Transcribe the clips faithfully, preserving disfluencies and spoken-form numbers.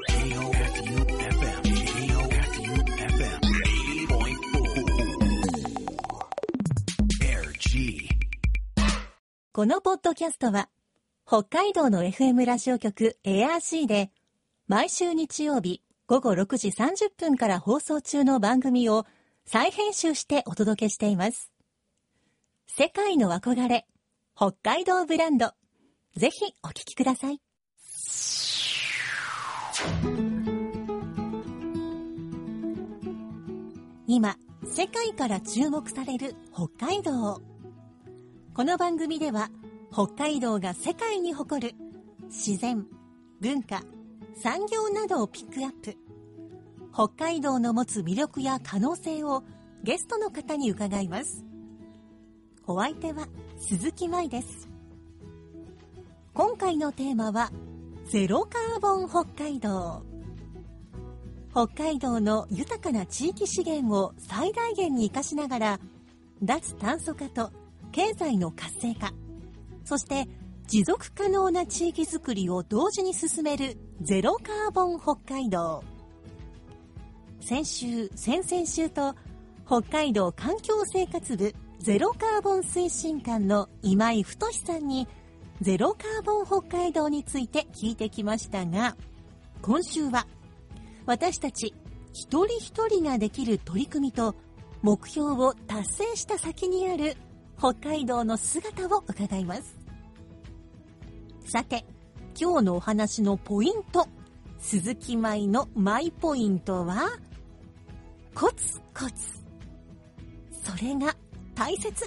ジェイオーエフユーエフエム ジェイオーエフユーエフエム はちじゅうてんご エージー。 このポッドキャストは北海道の エフエム ラジオ局 エーアールシー で毎週日曜日午後ろくじさんじゅっぷんから放送中の番組を再編集してお届けしています。世界の憧れ、北海道ブランド。ぜひお聞きください。今、世界から注目される北海道。この番組では、北海道が世界に誇る自然、文化、産業などをピックアップ。北海道の持つ魅力や可能性をゲストの方に伺います。お相手は鈴木舞です。今回のテーマはゼロカーボン北海道。北海道の豊かな地域資源を最大限に生かしながら脱炭素化と経済の活性化、そして持続可能な地域づくりを同時に進めるゼロカーボン北海道。先週、先々週と北海道環境生活部ゼロカーボン推進官の今井太さんにゼロカーボン北海道について聞いてきましたが、今週は私たち一人一人ができる取り組みと目標を達成した先にある北海道の姿を伺います。さて、今日のお話のポイント、鈴木舞のマイポイントはコツコツ。それが大切。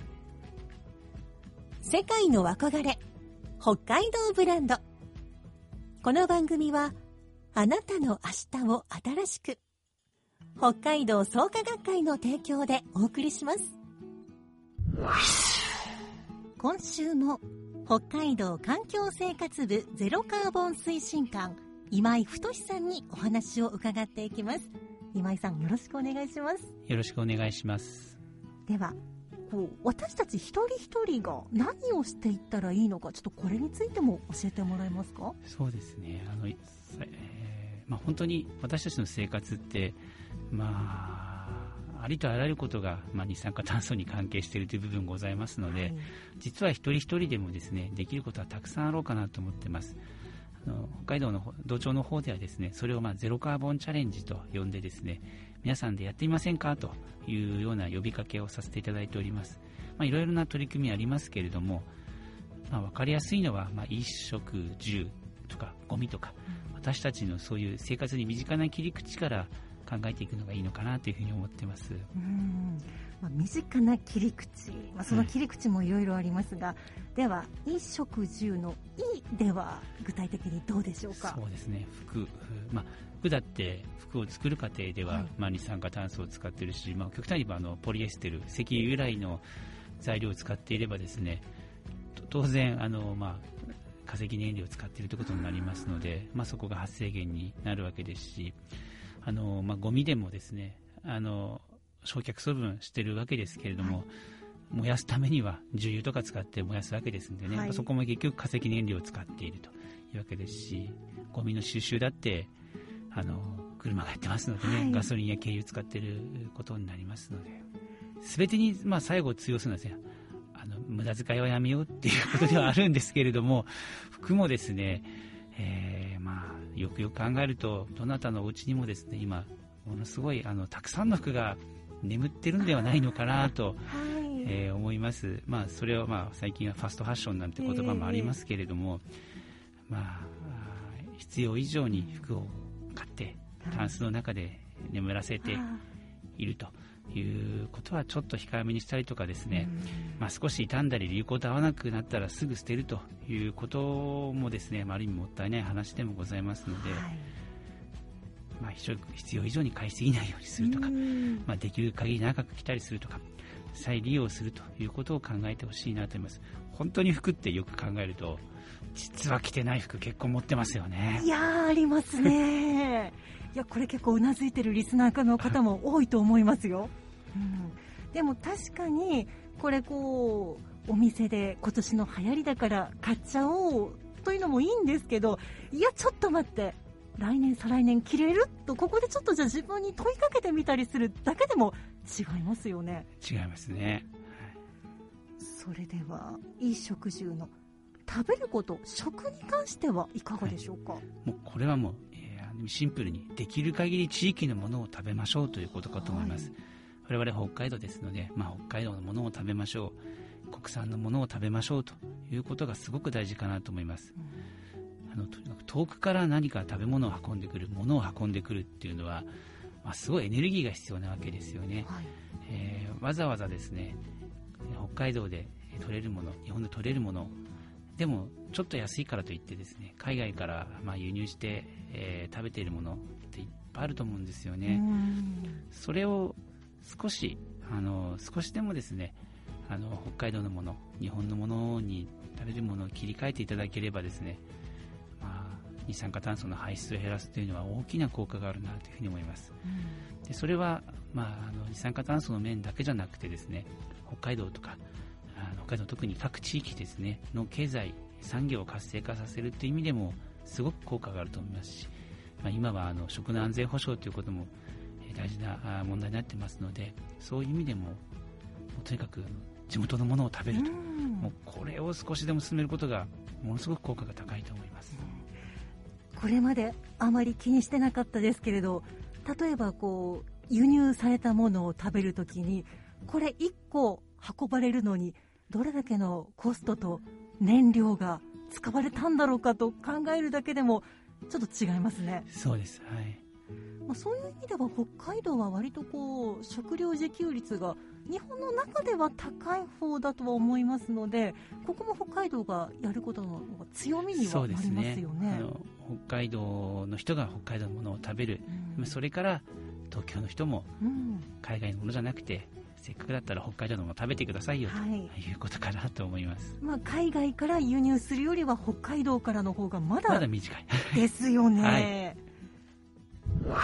世界の憧れ、北海道ブランド。この番組はあなたの明日を新しく、北海道創価学会の提供でお送りします。今週も北海道環境生活部ゼロカーボン推進官今井太さんにお話を伺っていきます。今井さん、よろしくお願いします。 よろしくお願いします。では、 こう私たち一人一人が何をしていったらいいのか、ちょっとこれについても教えてもらえますか？ そうですね、あの、えーまあ、本当に私たちの生活って、まあ、ありとあらゆることが、まあ、二酸化炭素に関係しているという部分ございますので、はい、実は一人一人でもですね、できることはたくさんあろうかなと思ってます。あの北海道の道庁の方ではですね、それをまあゼロカーボンチャレンジと呼んでですね、皆さんでやってみませんかというような呼びかけをさせていただいております。まあ、いろいろな取り組みありますけれども、まあ、分かりやすいのは、まあ、衣食住とかゴミとか、うん、私たちのそういう生活に身近な切り口から考えていくのがいいのかなというふうに思ってます。 うん、まあ、身近な切り口、まあ、その切り口もいろいろありますが、はい、では衣食住の衣では具体的にどうでしょうか？ そうですね、服、まあ、服だって服を作る過程では、はい、まあ、二酸化炭素を使っているし、まあ、極端に言えばあのポリエステル、石油由来の材料を使っていればですね、当然あの、まあ、化石燃料を使っているということになりますので、まあ、そこが発生源になるわけですし、あの、まあ、ゴミでもですね、あの焼却処分しているわけですけれども、はい、燃やすためには重油とか使って燃やすわけですのでね、はい、そこも結局化石燃料を使っているというわけですし、ゴミの収集だってあの車がやってますのでね、はい、ガソリンや軽油を使っていることになりますので、全てに、まあ、最後通用するのはですね、あの無駄遣いはやめようっていうことではあるんですけれども、はい、服もですね、えーまあ、よくよく考えると、どなたのお家にもですね、今ものすごいあのたくさんの服が眠ってるんではないのかなと、はいえー、思います。まあ、それは、まあ、最近はファストファッションなんて言葉もありますけれども、えーまあ、必要以上に服を買ってタンスの中で眠らせているということはちょっと控えめにしたりとかですね、まあ、少し傷んだり流行と合わなくなったらすぐ捨てるということもですね、まあ、ある意味もったいない話でもございますので、はいまあ、必要以上に買いすぎないようにするとか、まあ、できる限り長く着たりするとか、再利用するということを考えてほしいなと思います。本当に服ってよく考えると、実は着てない服結構持ってますよね。 いやー、ありますねいや、これ結構うなずいてるリスナーの方も多いと思いますよ、うん、でも確かにこれこうお店で今年の流行りだから買っちゃおうというのもいいんですけど、いやちょっと待って、 来年再来年着れると、ここでちょっとじゃあ自分に問いかけてみたりするだけでも違いますよね。 違いますね。 それでは衣食住の食べること、食に関してはいかがでしょうか。はい、 もうこれはもう、えー、シンプルにできる限り地域のものを食べましょうということかと思います。はい、我々北海道ですので、まあ、北海道のものを食べましょう、国産のものを食べましょうということがすごく大事かなと思います。うん、あのとにかく遠くから何か食べ物を運んでくる、物を運んでくるっていうのは、まあ、すごいエネルギーが必要なわけですよね。はい、えー、わざわざですね、北海道で取れるもの、日本で取れるものでもちょっと安いからといってですね、海外からまあ輸入して、えー、食べているものっていっぱいあると思うんですよね。それを少しあの少しでもですね、あの北海道のもの、日本のものに食べるものを切り替えていただければですね、まあ、二酸化炭素の排出を減らすというのは大きな効果があるなというふうに思います。でそれは、まあ、あの二酸化炭素の面だけじゃなくてですね、北海道とかあの北海道、特に各地域ですねの経済産業を活性化させるという意味でもすごく効果があると思いますし、まあ、今はあの食の安全保障ということも大事な問題になってますので、そういう意味でも、もうとにかく地元のものを食べると、もうこれを少しでも進めることがものすごく効果が高いと思います。 これまであまり気にしてなかったですけれど、例えばこう輸入されたものを食べるときに、これいっこ運ばれるのにどれだけのコストと燃料が使われたんだろうかと考えるだけでもちょっと違いますね。 そうです、はい。 まあ、そういう意味では北海道は割とこう食料自給率が日本の中では高い方だとは思いますので、ここも北海道がやることの強みにはなりますよね。そうですね。あの北海道の人が北海道のものを食べる、うん、それから東京の人も海外のものじゃなくて、せっかくだったら北海道のものを食べてくださいよ、はい、ということかなと思います。 まあ、海外から輸入するよりは北海道からの方がまだまだ短いですよね。 はい、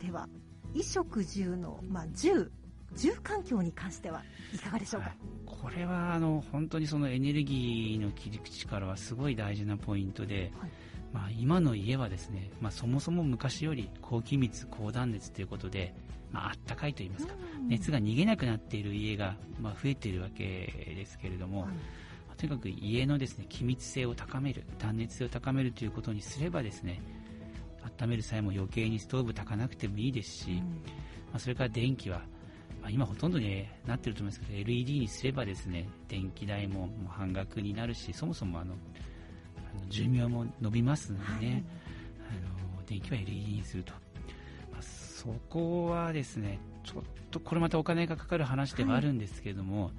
では衣食住の、まあ、住住環境に関してはいかがでしょうか。はい、 これはあの本当にそのエネルギーの切り口からはすごい大事なポイントで、はい、まあ、今の家はですね、まあ、そもそも昔より高気密高断熱ということで、まあ、あったかいといいますか、熱が逃げなくなっている家が、まあ、増えているわけですけれども、はい、まあ、とにかく家のですね気密性を高める、断熱性を高めるということにすればですね、温める際も余計にストーブ炊かなくてもいいですし、うん、まあ、それから電気は、まあ、今ほとんどになっていると思いますけど エルイーディー にすればですね、電気代ももう半額になるし、そもそもあのあの寿命も伸びますのでね、はい、あの電気は エルイーディー にすると、まあ、そこはですねちょっとこれまたお金がかかる話ではあるんですけれども、はい、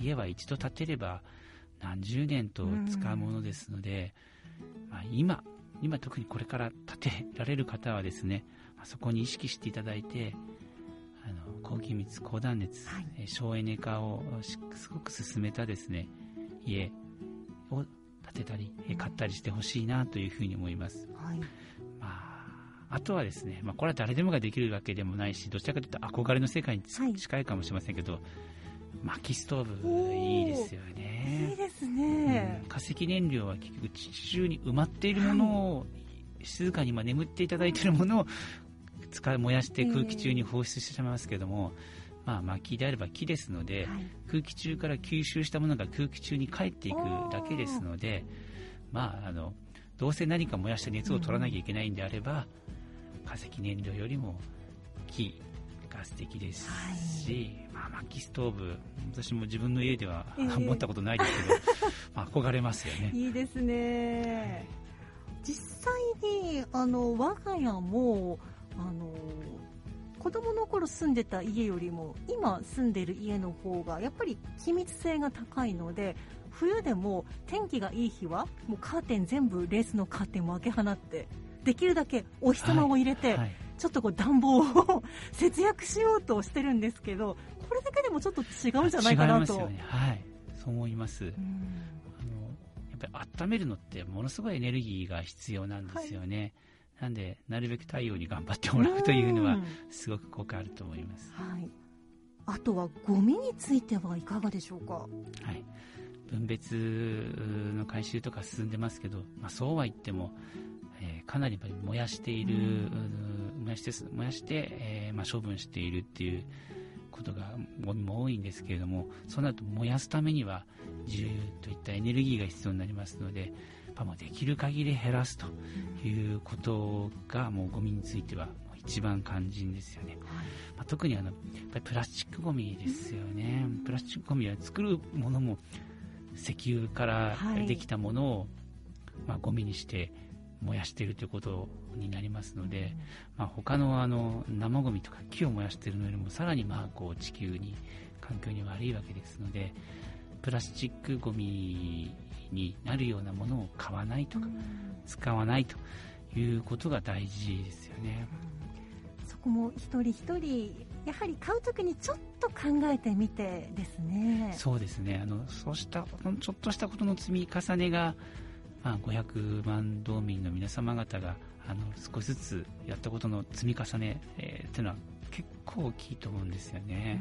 家は一度建てれば何十年と使うものですので、まあ、今今特にこれから建てられる方はですね、まあ、そこに意識していただいて、あの高気密高断熱、はい、省エネ化をすごく進めたですね家を建てたり買ったりしてほしいなというふうに思います。はい、まあ、あとはですね、まあ、これは誰でもができるわけでもないし、どちらかというと憧れの世界に近いかもしれませんけど、はい、薪ストーブいいですよね。 いいですね。 うん、化石燃料は結局地中に埋まっているものを、はい、静かに今眠っていただいているものを使い燃やして空気中に放出してしまいますけれども、えーまあ、薪であれば木ですので、はい、空気中から吸収したものが空気中に帰っていくだけですので、まあ、あのどうせ何か燃やして熱を取らなきゃいけないんであれば、うん、化石燃料よりも木が素敵ですし、はい、まあ、薪ストーブ、私も自分の家では、えー、持ったことないですけど、まあ、憧れますよね。 いいですね。実際にあの我が家もあの子供の頃住んでた家よりも今住んでる家の方がやっぱり気密性が高いので、冬でも天気がいい日はもうカーテン全部レースのカーテンも開け放って、できるだけお日様を入れて、はいはい、ちょっとこう暖房を節約しようとしてるんですけど、これだけでもちょっと違うんじゃないかなと。 違いますよね。はい、そう思います。うん、あのやっぱり温めるのってものすごいエネルギーが必要なんですよね。はい、なんでなるべく太陽に頑張ってもらうというのはすごく効果あると思います。 はい、あとはゴミについてはいかがでしょうか。 はい、分別の回収とか進んでますけど、まあ、そうは言っても、 えー、かなり燃やしている、うん、燃やして燃やして、えーまあ、処分しているっていうことがゴミも多いんですけれども、そうなると燃やすためには重油といったエネルギーが必要になりますので、やっぱもうできる限り減らすということがもうゴミについては一番肝心ですよね。まあ、特にあのやっぱりプラスチックゴミですよね。プラスチックゴミは作るものも石油からできたものを、まあ、ゴミにして燃やしているということになりますので、まあ、他のあの生ゴミとか木を燃やしているのよりもさらにまあこう地球に環境に悪いわけですので、プラスチックゴミになるようなものを買わないとか使わないということが大事ですよね。 そこも一人一人やはり買うときにちょっと考えてみてですね。 そうですね。あのそうしたちょっとしたことの積み重ねが、まあ、ごひゃくまん道民の皆様方があの少しずつやったことの積み重ね、えー、というのは結構大きいと思うんですよね。 うん、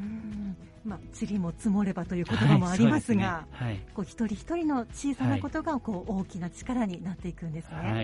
まあ、塵も積もればという言葉もありますが、 はい、ねはい、 こう一人一人の小さなことがこう大きな力になっていくんですね。はい、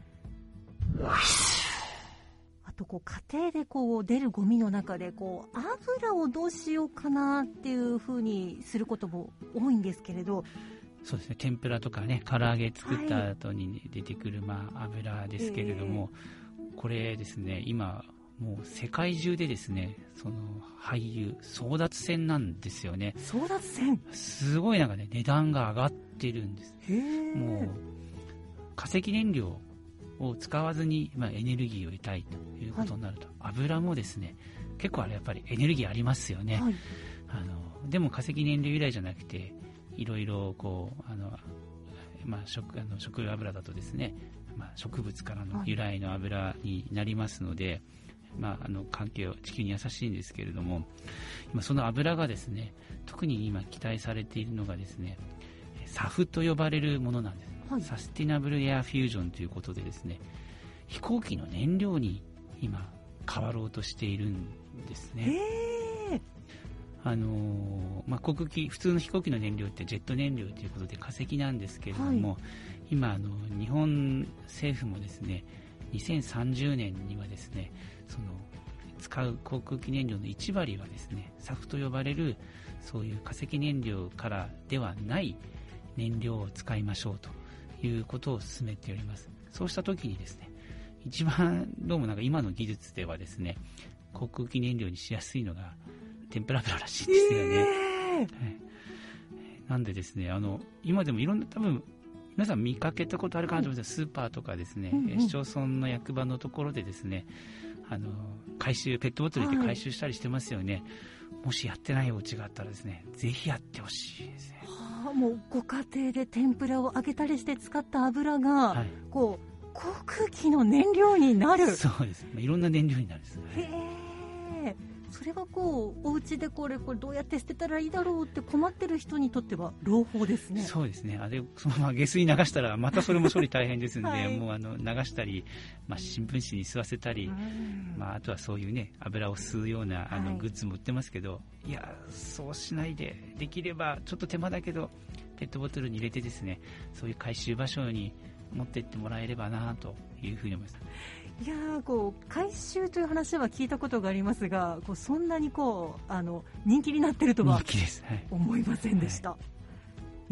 あとこう家庭でこう出るゴミの中でこう油をどうしようかなっていうふうにすることも多いんですけれど、 そうですね、天ぷらとかね、唐揚げ作った後に出てくる、まあ、油ですけれども、えー、これですね、今もう世界中でですね、その廃油争奪戦なんですよね。 争奪戦、 すごいなんかね、値段が上がってるんです。 へー、 もう化石燃料を使わずに、まあ、エネルギーを得たいということになると、はい、油もですね、結構あれやっぱりエネルギーありますよね。はい、あのでも化石燃料由来じゃなくて、いろいろこうあの、まあ、食あの食用油だとですね、まあ、植物からの由来の油になりますので、はい、まあ、あの環境地球に優しいんですけれども、今その油がですね、特に今期待されているのがですね、サフと呼ばれるものなんです。はい、サスティナブルエアフュージョンということでですね、飛行機の燃料に今変わろうとしているんですね。 へー、 あのーまあ、航空機普通の飛行機の燃料ってジェット燃料ということで化石なんですけれども、はい、今あの日本政府もですね、にせんさんじゅうねんにはですね、その使う航空機燃料のいち割はですね、サフと呼ばれるそういう化石燃料からではない燃料を使いましょうということを進めております。そうした時にですね、一番どうもなんか今の技術ではですね、航空機燃料にしやすいのが天ぷら油らしいんですよね。えーはい、なんでですね、あの今でもいろんな多分皆さん見かけたことあるかなと思います、うん、スーパーとかですね、うんうん、市町村の役場のところでですね、あの回収ペットボトルで回収したりしてますよね。はい、もしやってないお家があったらですね、ぜひやってほしいですね。 はあ、もうご家庭で天ぷらを揚げたりして使った油が、はい、こう航空機の燃料になる。 そうです、いろんな燃料になるんです、ね。 へえ。それがこうお家でこれこれどうやって捨てたらいいだろうって困ってる人にとっては朗報ですね。 そうですね。あれそのまま下水流したらまたそれも処理大変ですので、はい、もうあの流したり、まあ、新聞紙に吸わせたり、まあ、あとはそういうね油を吸うようなあの、はい、グッズも売ってますけど、いやそうしないで、できればちょっと手間だけどペットボトルに入れてですね、そういう回収場所に持ってってもらえればなというふうに思います。 いやー、こう回収という話は聞いたことがありますが、こうそんなにこうあの人気になっているとは思いませんでした。はい、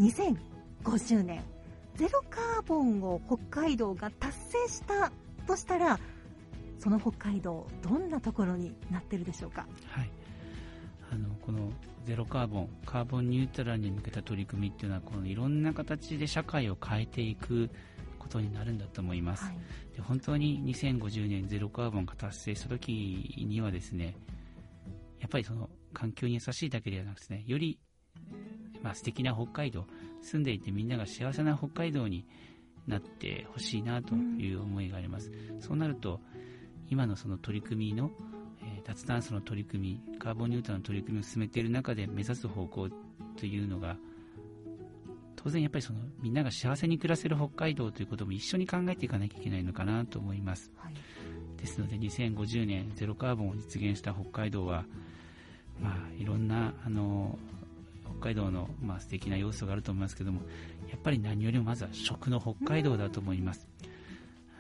にせんごじゅうねんゼロカーボンを北海道が達成したとしたら、その北海道どんなところになっているでしょうか。 はい、あのこのゼロカーボンカーボンニュートラルに向けた取り組みっていうのは、このいろんな形で社会を変えていくことになるんだと思います。はい、で本当ににせんごじゅうねんゼロカーボンが達成した時にはですね、やっぱりその環境に優しいだけではなくてね、より、まあ、素敵な北海道、住んでいてみんなが幸せな北海道になってほしいなという思いがあります。うん、そうなると今のその取り組みの、えー、脱炭素の取り組み、カーボンニュートラルの取り組みを進めている中で目指す方向というのが、当然やっぱりそのみんなが幸せに暮らせる北海道ということも一緒に考えていかなきゃいけないのかなと思います。はい、ですのでにせんごじゅうねんゼロカーボンを実現した北海道は、まあ、いろんなあの北海道の、まあ、素敵な要素があると思いますけども、やっぱり何よりもまずは食の北海道だと思います。あ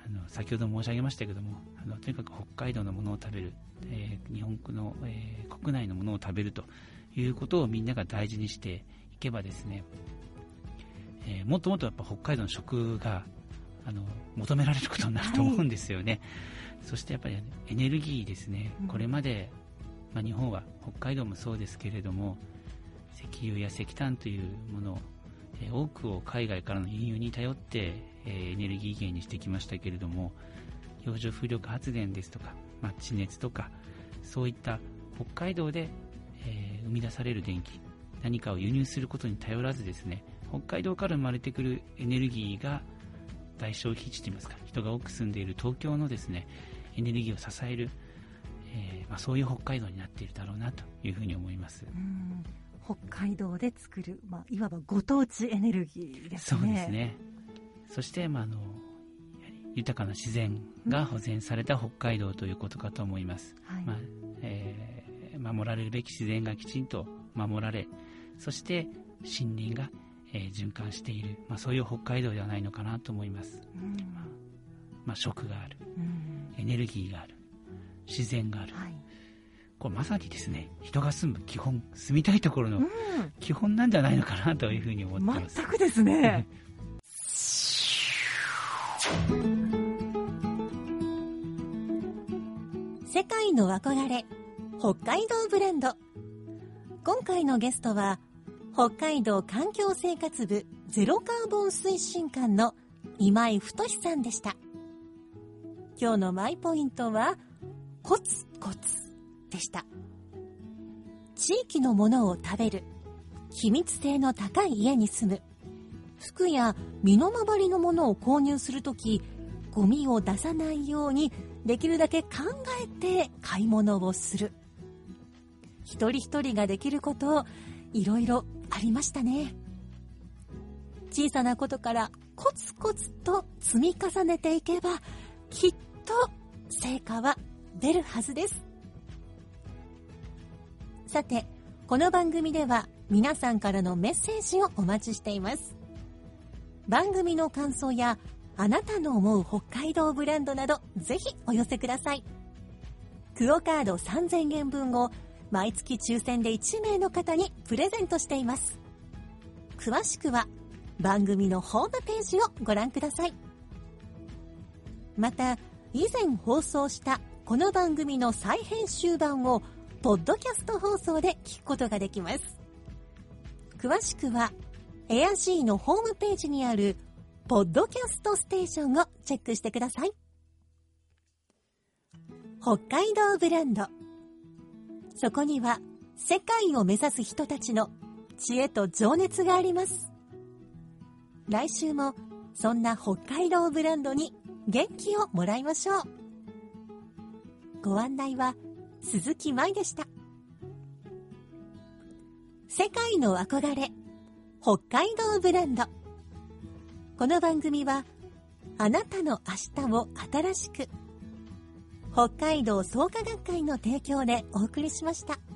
あの先ほど申し上げましたけども、あのとにかく北海道のものを食べる、えー、日本の、えー、国内のものを食べるということをみんなが大事にしていけばですね、えー、もっともっとやっぱ北海道の食があの求められることになると思うんですよね、はい、そしてやっぱりエネルギーですね、うん、これまで、まあ、日本は北海道もそうですけれども石油や石炭というものを、えー、多くを海外からの輸入に頼って、えー、エネルギー源にしてきましたけれども、洋上風力発電ですとか、まあ、地熱とかそういった北海道で、えー、生み出される電気、何かを輸入することに頼らずですね、北海道から生まれてくるエネルギーが大消費地といいますか、人が多く住んでいる東京のですねエネルギーを支える、えーまあ、そういう北海道になっているだろうなというふうに思います。 うん、北海道で作る、まあ、いわばご当地エネルギーですね。 そうですね。そして、まあ、あの豊かな自然が保全された北海道ということかと思います、はい、まあえー、守られるべき自然がきちんと守られ、そして森林がえー、循環している、まあ、そういう北海道ではないのかなと思います、うんまあまあ、食がある、うん、エネルギーがある、自然がある、はい、これまさにですね人が住む基本、住みたいところの基本なんじゃないのかなというふうに思ってます。 全くですね世界の憧れ北海道ブランド。今回のゲストは北海道環境生活部ゼロカーボン推進官の今井太さんでした。今日のマイポイントはコツコツでした。地域のものを食べる、気密性の高い家に住む、服や身の回りのものを購入するときゴミを出さないようにできるだけ考えて買い物をする。一人一人ができることをいろいろありましたね。小さなことからコツコツと積み重ねていけばきっと成果は出るはずです。さて、この番組では皆さんからのメッセージをお待ちしています。番組の感想やあなたの思う北海道ブランドなどぜひお寄せください。クオカードさんぜんえん分を毎月抽選でいちめいの方にプレゼントしています。詳しくは番組のホームページをご覧ください。また、以前放送したこの番組の再編集版をポッドキャスト放送で聞くことができます。詳しくはエアジーのホームページにあるポッドキャストステーションをチェックしてください。北海道ブランド。そこには世界を目指す人たちの知恵と情熱があります。来週もそんな北海道ブランドに元気をもらいましょう。ご案内は鈴木舞でした。世界の憧れ北海道ブランド。この番組はあなたの明日を新しく、北海道創価学会の提供でお送りしました。